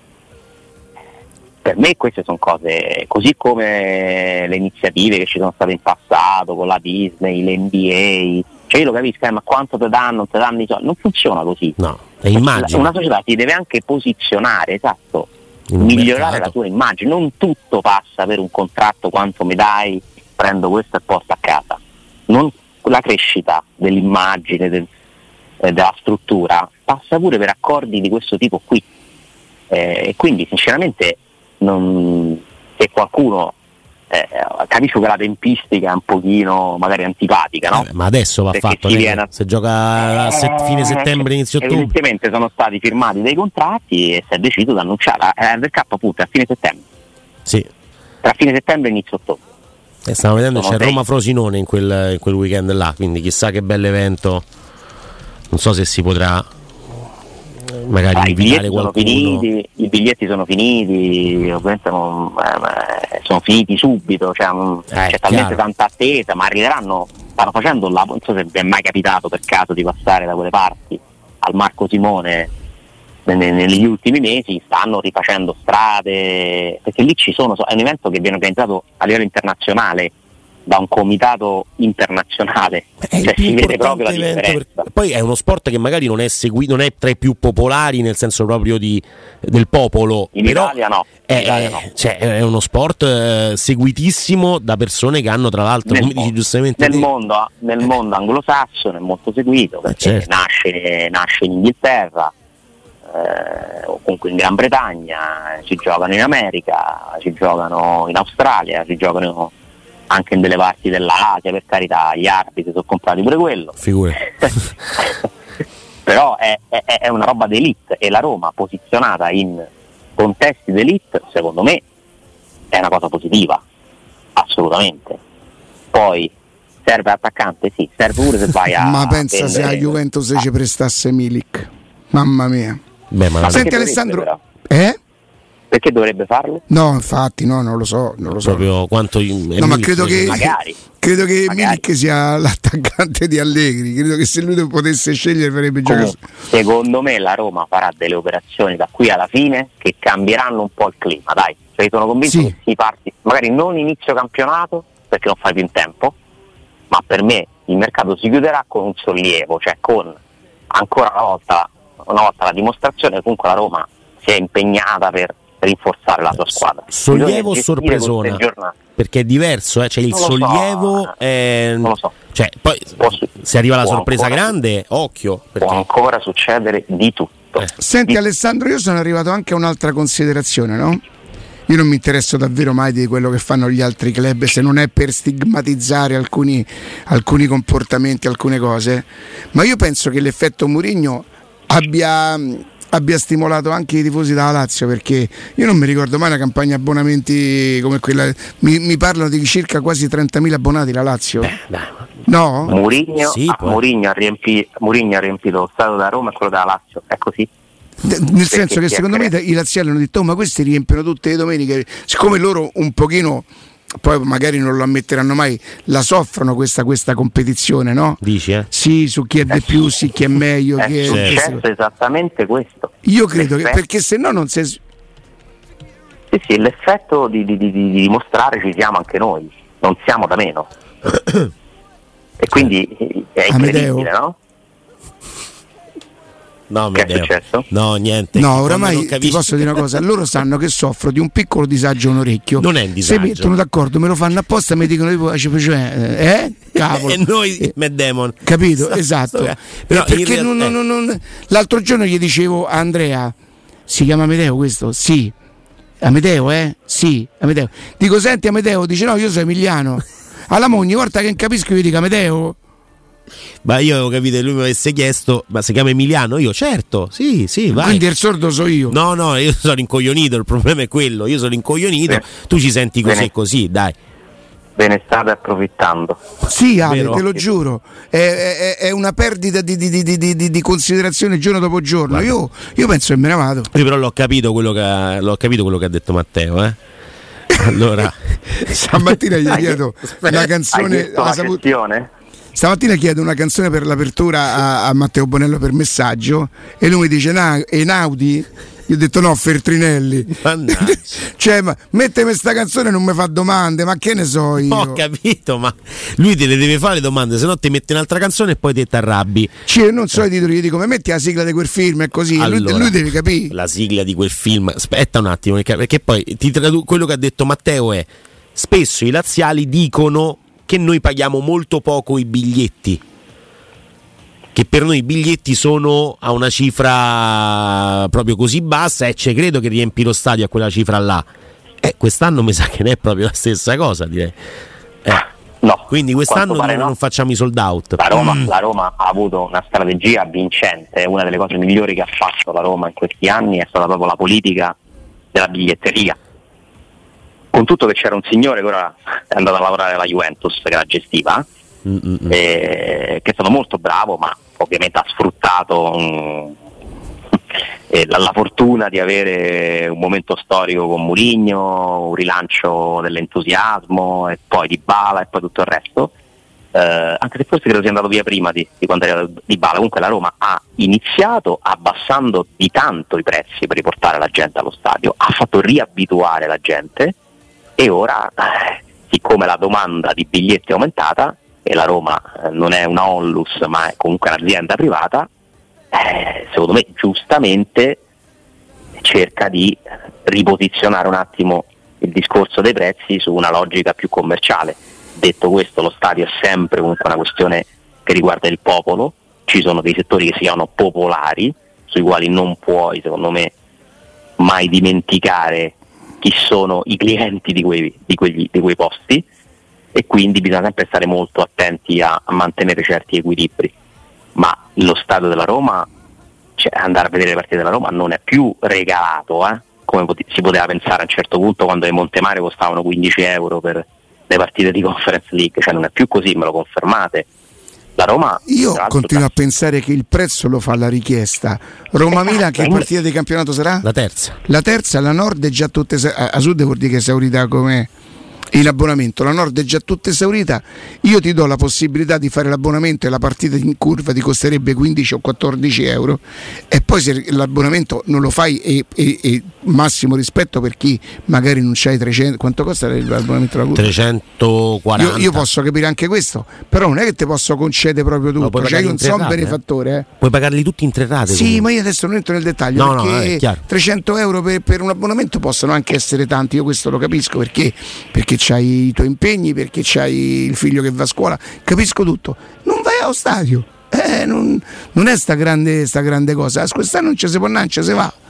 Per me queste sono cose, così come le iniziative che ci sono state in passato con la Disney, l'NBA, cioè io lo capisco, ma quanto te danno i soldi? Non funziona così. No, è immagine. Una società si deve anche posizionare, esatto, migliorare la tua immagine. Non tutto passa per un contratto, quanto mi dai, prendo questo e porto a casa. La crescita dell'immagine, della struttura passa pure per accordi di questo tipo qui, e quindi sinceramente se qualcuno capisco che la tempistica è un pochino magari antipatica, no? Ma adesso va perché fatto, se gioca a fine settembre, inizio ottobre. Evidentemente sono stati firmati dei contratti e si è deciso di annunciare la World Cup appunto a fine settembre. Sì. Tra fine settembre e inizio ottobre. Stiamo vedendo, c'è Roma-Frosinone in quel weekend là, quindi chissà che bell'evento. Non so se si potrà magari invitare qualcuno. I biglietti sono finiti, ovviamente sono finiti subito, c'è talmente tanta attesa, ma arriveranno, stanno facendo non so se vi è mai capitato per caso di passare da quelle parti al Marco Simone negli ultimi mesi, stanno rifacendo strade, perché lì è un evento che viene organizzato a livello internazionale da un comitato internazionale, cioè si vede proprio la differenza. Poi è uno sport che magari non è seguito, non è tra i più popolari nel senso proprio del popolo, in però Italia no. Cioè, è uno sport seguitissimo da persone che hanno, tra l'altro, come dici giustamente, nel mondo anglosassone è molto seguito, perché nasce in Inghilterra, o comunque in Gran Bretagna, si giocano in America, si giocano in Australia, si giocano anche in delle parti dell'Asia, per carità, gli arbitri sono comprati pure quello. Figure. Però è una roba d'elite, e la Roma posizionata in contesti d'elite, secondo me, è una cosa positiva, assolutamente. Poi serve attaccante? Sì, serve pure se vai a ma pensa se a Juventus ci prestasse Milik, mamma mia. Ma senti Alessandro, perché dovrebbe farlo? No, infatti, no, non lo so. Proprio quanto ma credo che magari Milik sia l'attaccante di Allegri. Credo che se lui potesse scegliere farebbe giocare. Secondo me la Roma farà delle operazioni da qui alla fine che cambieranno un po' il clima, dai. Cioè, sono convinto che si parti, magari non inizio campionato perché non fai più in tempo, ma per me il mercato si chiuderà con un sollievo, cioè con ancora una volta la dimostrazione che comunque la Roma si è impegnata per rinforzare la sua squadra. Sollievo o sorpresona? Perché è diverso, c'è il sollievo, non lo so. Cioè, poi se arriva la sorpresa grande, occhio. Perché può ancora succedere di tutto. Senti Alessandro, io sono arrivato anche a un'altra considerazione, no? Io non mi interesso davvero mai di quello che fanno gli altri club, se non è per stigmatizzare alcuni comportamenti, alcune cose, ma io penso che l'effetto Mourinho abbia stimolato anche i tifosi della Lazio, perché io non mi ricordo mai una campagna abbonamenti come quella. Mi parlano di circa quasi 30.000 abbonati la Lazio. No? Mourinho ha riempito lo stadio da Roma e quello della Lazio, è così? Nel senso che secondo me i laziali hanno detto ma questi riempiono tutte le domeniche, siccome loro un pochino, poi magari non lo ammetteranno mai, la soffrono questa competizione, no? Dici, Sì, su chi è di più, sì, chi è meglio. È successo esattamente questo. Io credo che, perché se no non si... Sì, l'effetto di dimostrare ci siamo anche noi, non siamo da meno. E quindi è incredibile, no? No, che è successo? No, niente. No, oramai ti posso dire una cosa, loro sanno che soffro di un piccolo disagio a un orecchio. Non è un disagio. Se mettono d'accordo, me lo fanno apposta, mi dicono cavolo. E noi Matt Damon. Capito? Esatto. Però perché l'altro giorno gli dicevo a Andrea, si chiama Amedeo questo? Sì. Amedeo, Sì, Amedeo. Dico, senti Amedeo, dice no, io sono Emiliano. Alla ogni volta che non capisco io dico Amedeo. Ma io avevo capito che lui mi avesse chiesto, ma si chiama Emiliano? Io certo, sì, vai. Quindi il sordo so io. No, io sono incoglionito, il problema è quello, io sono incoglionito, tu ci senti così e così, dai. Ve ne state approfittando. Sì, Ale, te lo giuro, è una perdita di considerazione giorno dopo giorno. Io penso che me ne vado. Io però l'ho capito quello che ha detto Matteo, Allora, stamattina gli chiedo una canzone. Stamattina chiedo una canzone per l'apertura a Matteo Bonello per messaggio e lui mi dice Einaudi. Io ho detto no, Feltrinelli. Cioè, ma mettemi questa canzone e non mi fa domande, ma che ne so io? Ho capito, ma lui te le deve fare le domande, se no ti mette un'altra canzone e poi ti arrabbi. Cioè, non so i titoli, io dico, ma metti la sigla di quel film e così, allora, lui deve capire. La sigla di quel film, aspetta un attimo, perché poi quello che ha detto Matteo è: spesso i laziali dicono che noi paghiamo molto poco i biglietti, che per noi i biglietti sono a una cifra proprio così bassa e ci credo che riempi lo stadio a quella cifra là. Quest'anno mi sa che non è proprio la stessa cosa, direi. No, quindi quest'anno non facciamo i sold out. La Roma ha avuto una strategia vincente, una delle cose migliori che ha fatto la Roma in questi anni è stata proprio la politica della biglietteria. Con tutto che c'era un signore che ora è andato a lavorare alla Juventus, che la gestiva, che è stato molto bravo, ma ovviamente ha sfruttato la fortuna di avere un momento storico con Mourinho, un rilancio dell'entusiasmo e poi Dybala e poi tutto il resto, anche se forse credo sia andato via prima di quando era Dybala. Comunque la Roma ha iniziato abbassando di tanto i prezzi per riportare la gente allo stadio, ha fatto riabituare la gente e ora, siccome la domanda di biglietti è aumentata e la Roma non è una onlus ma è comunque un'azienda privata, secondo me giustamente cerca di riposizionare un attimo il discorso dei prezzi su una logica più commerciale. Detto questo, lo stadio è sempre comunque una questione che riguarda il popolo, ci sono dei settori che si chiamano popolari, sui quali non puoi, secondo me, mai dimenticare chi sono i clienti di quei posti, e quindi bisogna sempre stare molto attenti a mantenere certi equilibri. Ma lo stadio della Roma, cioè andare a vedere le partite della Roma non è più regalato, come si poteva pensare a un certo punto quando le Montemare costavano 15 euro per le partite di Conference League, cioè non è più così, me lo confermate? La Roma, io continuo a pensare che il prezzo lo fa la richiesta. Roma-Milan, che partita di campionato sarà? La terza, la Nord è già tutta a Sud vuol dire che è esaurita come in abbonamento, la Nord è già tutta esaurita. Io ti do la possibilità di fare l'abbonamento e la partita in curva ti costerebbe 15 o 14 euro, e poi se l'abbonamento non lo fai, e massimo rispetto per chi magari non c'hai 300, quanto costa l'abbonamento alla curva? 340. Io posso capire anche questo, però non è che ti posso concedere proprio tutto, cioè io non sono un benefattore. Puoi pagarli tutti in 3 rate. Sì, ma io adesso non entro nel dettaglio, perché è chiaro. 300 euro per un abbonamento possono anche essere tanti, io questo lo capisco, perché c'hai i tuoi impegni, perché c'hai il figlio che va a scuola, capisco tutto. Non vai allo stadio, non è sta grande cosa. Quest'anno non ci si può andare, non ci si va.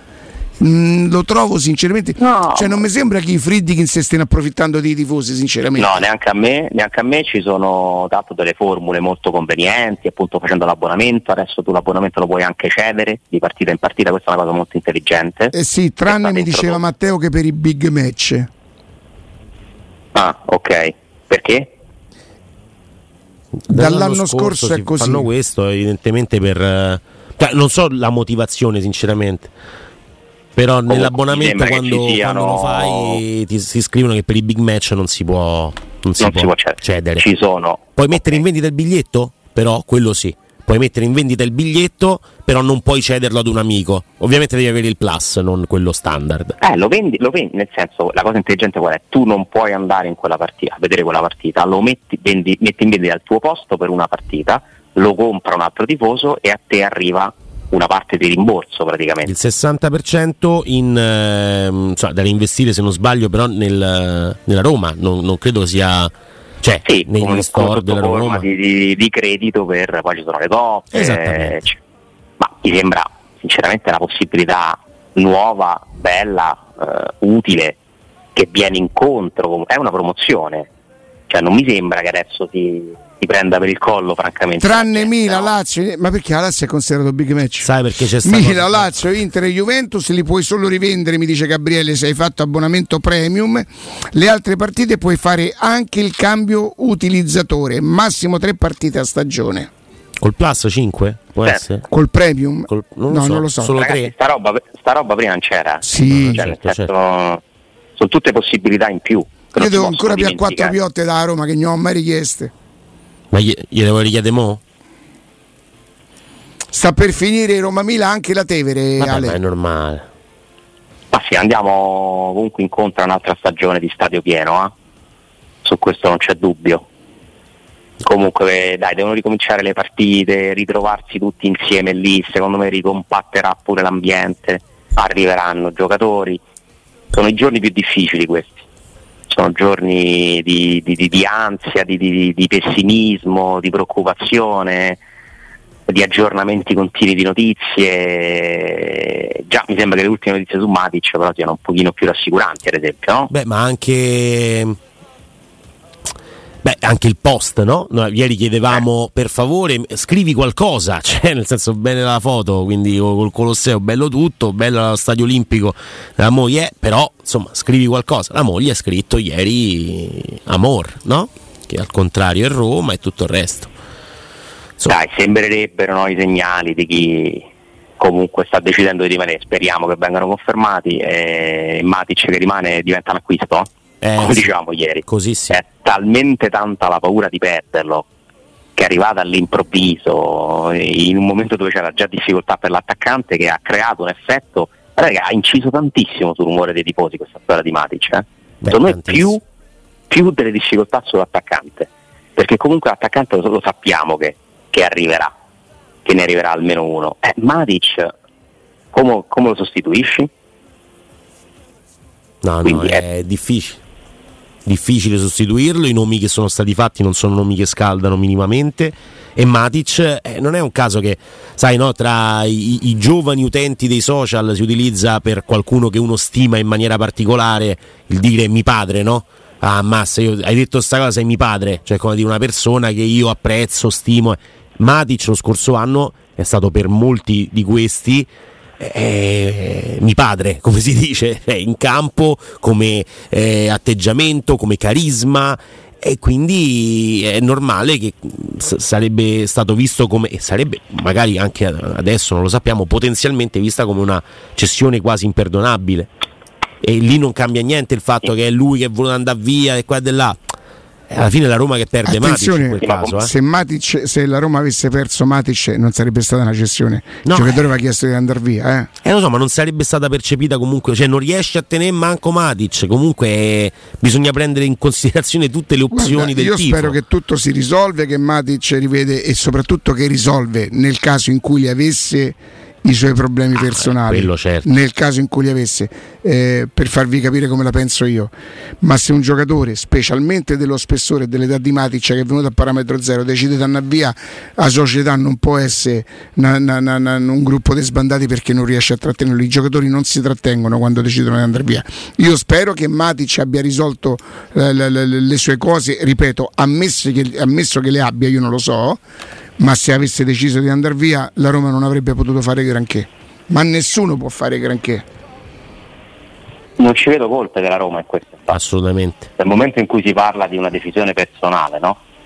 Lo trovo sinceramente, cioè non mi sembra che i Friedkin si stiano approfittando dei tifosi, sinceramente. No, neanche a me ci sono dato delle formule molto convenienti, appunto facendo l'abbonamento. Adesso tu l'abbonamento lo puoi anche cedere di partita in partita, questa è una cosa molto intelligente. Sì, tranne mi diceva Matteo che per i big match. Ah, ok. Perché? Dall'anno scorso è così. Fanno questo evidentemente per Non so la motivazione sinceramente, però comunque nell'abbonamento quando lo fai ti scrivono che per i big match non si può cedere. Ci sono. Puoi mettere in vendita il biglietto? Però quello sì. Puoi mettere in vendita il biglietto, però non puoi cederlo ad un amico. Ovviamente devi avere il plus, non quello standard. Lo vendi, nel senso, la cosa intelligente qual è? Tu non puoi andare in quella partita, a vedere quella partita, lo metti in vendita al tuo posto per una partita, lo compra un altro tifoso e a te arriva una parte di rimborso praticamente. Il 60% da reinvestire, se non sbaglio, però nella Roma, non credo sia... Cioè, sì, negli store della Roma di credito per poi ci sono le coppe, ma mi sembra sinceramente una possibilità nuova, bella, utile, che viene incontro, è una promozione, cioè non mi sembra che adesso ti prenda per il collo, francamente. Tranne Milan, Lazio, ma perché la Lazio è considerato big match? Sai perché c'è stato Milan, Lazio, Inter e Juventus li puoi solo rivendere, mi dice Gabriele, se hai fatto abbonamento premium. Le altre partite puoi fare anche il cambio utilizzatore, massimo 3 partite a stagione. Col plus 5? Può essere? Col premium? Non lo so. Solo ragazzi, 3? Sta roba prima non c'era. Sì, certo. Sono tutte possibilità in più. Io devo ancora più a 4 piotte da Roma che non ho mai richieste. Ma gliele vuoi richiedere mo'? Sta per finire Roma-Milan anche la Tevere. Vabbè, Ale. ma è normale. Ma sì, andiamo comunque incontro a un'altra stagione di stadio pieno, su questo non c'è dubbio. Comunque dai, devono ricominciare le partite, ritrovarsi tutti insieme lì, secondo me ricompatterà pure l'ambiente, arriveranno giocatori. Sono i giorni più difficili questi. Sono giorni di ansia, di pessimismo, di preoccupazione, di aggiornamenti continui di notizie. Già mi sembra che le ultime notizie su Matic però siano un pochino più rassicuranti, ad esempio, no? Beh, ma anche il post, no? Noi ieri chiedevamo per favore scrivi qualcosa, cioè nel senso bene la foto, quindi col Colosseo bello tutto, bello lo Stadio Olimpico, la moglie, però insomma scrivi qualcosa. La moglie ha scritto ieri amor, no? Che al contrario è Roma e tutto il resto. Insomma. Dai, sembrerebbero i segnali di chi comunque sta decidendo di rimanere, speriamo che vengano confermati, e Matic che rimane diventa un acquisto. Come dicevamo ieri, così sì. È talmente tanta la paura di perderlo che è arrivata all'improvviso in un momento dove c'era già difficoltà per l'attaccante, che ha creato un effetto, ha inciso tantissimo sul rumore dei tifosi questa storia di Matic. Secondo me più delle difficoltà sull'attaccante, perché comunque l'attaccante lo sappiamo che arriverà, che ne arriverà almeno uno. Matic come lo sostituisci? No, è difficile sostituirlo, i nomi che sono stati fatti non sono nomi che scaldano minimamente, e Matic non è un caso che, sai, no, tra i giovani utenti dei social si utilizza per qualcuno che uno stima in maniera particolare il dire mi padre, no? Ah, ammazza, hai detto sta cosa, sei mi padre, cioè come di una persona che io apprezzo, stimo. Matic lo scorso anno è stato per molti di questi mi padre, come si dice, in campo, come atteggiamento, come carisma, e quindi è normale che sarebbe stato visto come, e sarebbe magari anche adesso non lo sappiamo, potenzialmente vista come una cessione quasi imperdonabile, e lì non cambia niente il fatto che è lui che vuole andare via e qua e di là. Alla fine la Roma che perde Matic in quel caso. Se la Roma avesse perso Matic non sarebbe stata una cessione. Il giocatore aveva chiesto di andare via. Lo so, ma non sarebbe stata percepita comunque, cioè non riesce a tenere manco Matic. Comunque bisogna prendere in considerazione tutte le opzioni del tifo. Io spero che tutto si risolve, che Matic rivede, e soprattutto che risolve nel caso in cui li avesse i suoi problemi personali, quello certo. Nel caso in cui li avesse, per farvi capire come la penso io. Ma se un giocatore, specialmente dello spessore e dell'età di Matic, che è venuto a parametro zero, decide di andare via, la società non può essere un gruppo di sbandati perché non riesce a trattenerlo. I giocatori non si trattengono quando decidono di andare via. Io spero che Matic abbia risolto le sue cose, ripeto, ammesso che le abbia, io non lo so. Ma se avesse deciso di andare via, la Roma non avrebbe potuto fare granché. Ma nessuno può fare granché. Non ci vedo colpe della Roma in questo. Assolutamente. Nel momento in cui si parla di una decisione personale, no?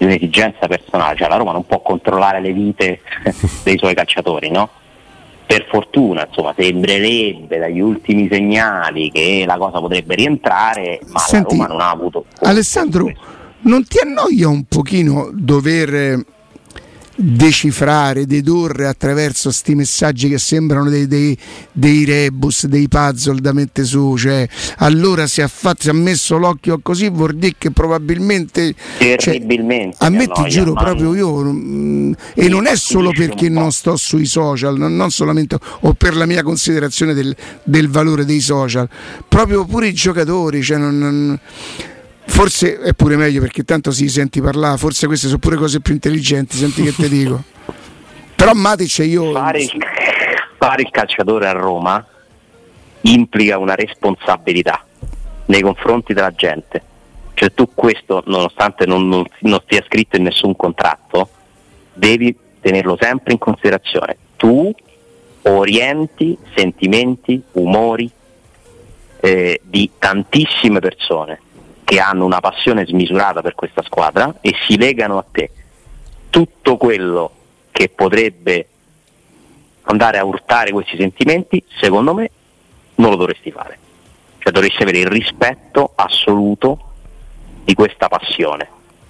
di un'esigenza personale, cioè la Roma non può controllare le vite dei suoi calciatori, no? Per fortuna, insomma, sembrerebbe dagli ultimi segnali che la cosa potrebbe rientrare, ma Senti, la Roma non ha avuto. Alessandro, non ti annoia un pochino dover decifrare, dedurre attraverso sti messaggi che sembrano dei rebus, dei puzzle da mettere su, cioè allora si è messo l'occhio così, vuol dire che probabilmente, terribilmente, a me ti giuro proprio io, e non è solo perché non sto sui social, non solamente o per la mia considerazione del valore dei social, proprio pure i giocatori, cioè forse è pure meglio perché tanto si senti parlare, forse queste sono pure cose più intelligenti, senti che te dico. Però Matic fare il calciatore a Roma implica una responsabilità nei confronti della gente, cioè tu questo, nonostante non stia scritto in nessun contratto, devi tenerlo sempre in considerazione. Tu orienti sentimenti, umori di tantissime persone che hanno una passione smisurata per questa squadra e si legano a te. Tutto quello che potrebbe andare a urtare questi sentimenti, secondo me, non lo dovresti fare. Cioè dovresti avere il rispetto assoluto di questa passione.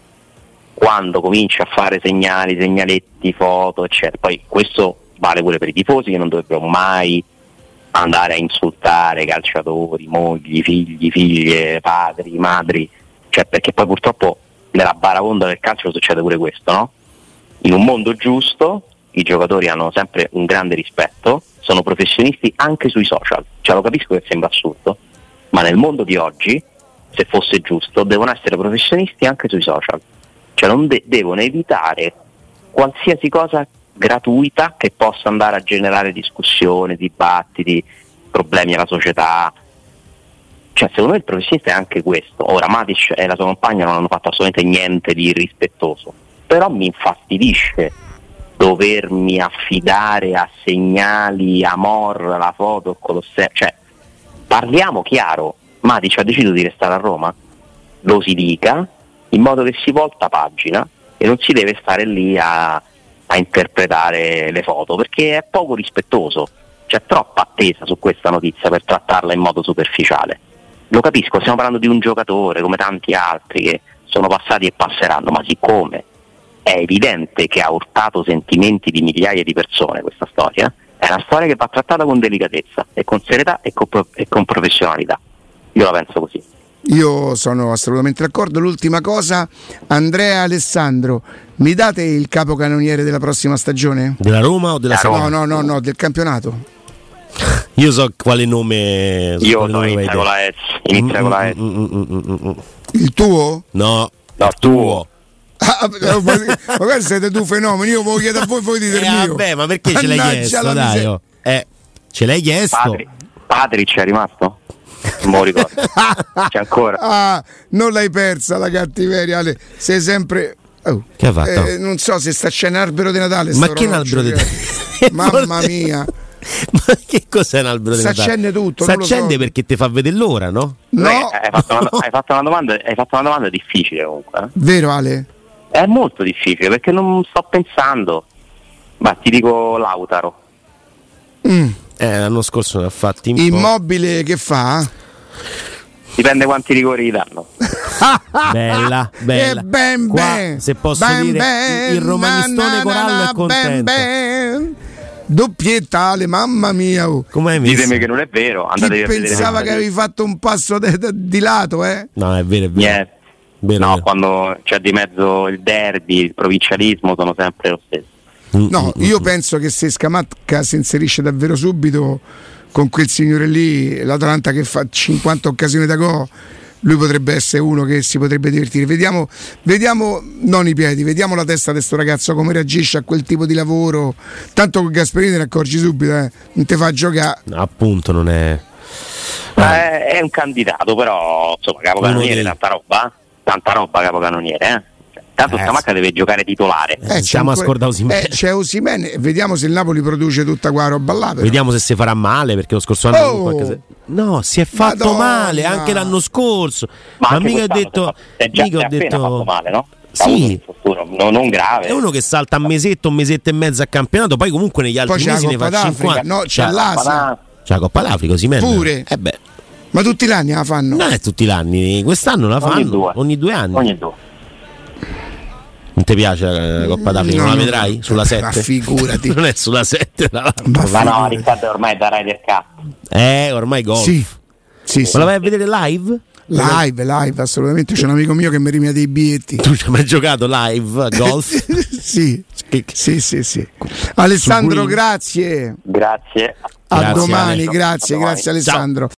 Quando cominci a fare segnaletti, foto, eccetera, poi questo vale pure per i tifosi che non dovrebbero mai andare a insultare calciatori, mogli, figli, figlie, padri, madri, cioè perché poi purtroppo nella baraonda del calcio succede pure questo, no? In un mondo giusto i giocatori hanno sempre un grande rispetto, sono professionisti anche sui social, cioè lo capisco che sembra assurdo, ma nel mondo di oggi, se fosse giusto, devono essere professionisti anche sui social, cioè non devono evitare qualsiasi cosa gratuita che possa andare a generare discussione, dibattiti, problemi alla società. Cioè secondo me il professionista è anche questo. Ora Matic e la sua compagna non hanno fatto assolutamente niente di irrispettoso, però mi infastidisce dovermi affidare a segnali, amor, la foto con lo cioè parliamo chiaro. Matic ha deciso di restare a Roma, lo si dica in modo che si volta pagina e non si deve stare lì a interpretare le foto, perché è poco rispettoso, c'è troppa attesa su questa notizia per trattarla in modo superficiale. Lo capisco, stiamo parlando di un giocatore come tanti altri che sono passati e passeranno, ma siccome è evidente che ha urtato sentimenti di migliaia di persone questa storia, è una storia che va trattata con delicatezza e con serietà e con professionalità. Io la penso così. Io sono assolutamente d'accordo. L'ultima cosa, Andrea Alessandro, mi date il capocannoniere della prossima stagione? Della Roma o della seconda? No, del campionato. Io so quale nome. Io so inizia con la S. Inizia con la S. Il tuo? No, tuo. Magari siete tu fenomeni, io ve lo chiedo a voi dite il mio. Vabbè, ma perché ce l'hai chiesto? Dai, ce l'hai chiesto? Patrick è rimasto? Non me lo ricordo. C'è ancora. Non l'hai persa la cattiveria, Ale. Sei sempre. Che ha fatto? Non so se sta c'è un albero di Natale. Ma che un albero di Natale? Mamma mia. Ma che cos'è un albero di Natale? S'accende tutto. S'accende perché ti fa vedere l'ora, no? No. Hai fatto una domanda difficile comunque. Vero, Ale? È molto difficile perché non sto pensando. Ma ti dico Lautaro. L'anno scorso ne ha fatti un Immobile po'. Che fa? Dipende quanti rigori gli danno. Bella. Qua, se posso dire, il romanistone Corallo è contento. Doppietta, Ale, mamma mia. Come hai messo? Ditemi che non è vero. Chi pensava che avevi fatto un passo di lato, eh? No, è vero. Yeah. Vero, no, vero. Quando c'è di mezzo il derby, il provincialismo, sono sempre lo stesso. No, io penso che se Scamacca si inserisce davvero subito con quel signore lì, l'Atalanta che fa 50 occasioni da gol, lui potrebbe essere uno che si potrebbe divertire. Vediamo non i piedi, vediamo la testa di sto ragazzo come reagisce a quel tipo di lavoro. Tanto con Gasperini te ne accorgi subito, non te fa giocare. Appunto, non è. È un candidato, però insomma, capocannoniere, tanta roba capocannoniere, Tanto Scamacca deve giocare titolare. Siamo a scordare Osimhen. C'è Osimhen, vediamo se il Napoli produce tutta qua roba là. Però. Vediamo se si farà male, perché lo scorso anno no, si è fatto male anche l'anno scorso. Ma mica ho detto appena fatto male, no? ha avuto un infortunio non grave. È uno che salta un mesetto e mezzo a campionato, poi comunque negli altri mesi ne fa 50. No, c'è l'Asia. C'è la Coppa d'Africa, si mette. Pure. Ma tutti gli anni la fanno? Non è tutti gli anni, quest'anno la fanno ogni 2 anni. Ogni 2. Non ti piace la Coppa d'Africa? Non la vedrai sulla 7? Ma figurati. Non è sulla 7, ma no, Riccardo, ormai da Ryder Cup. Ormai golf. Sì. Ma la vai a vedere live? Live, assolutamente. C'è un amico mio che mi rimia dei biglietti. Tu ci hai mai giocato live a golf? Sì. Alessandro, grazie. Grazie. A domani, grazie Alessandro.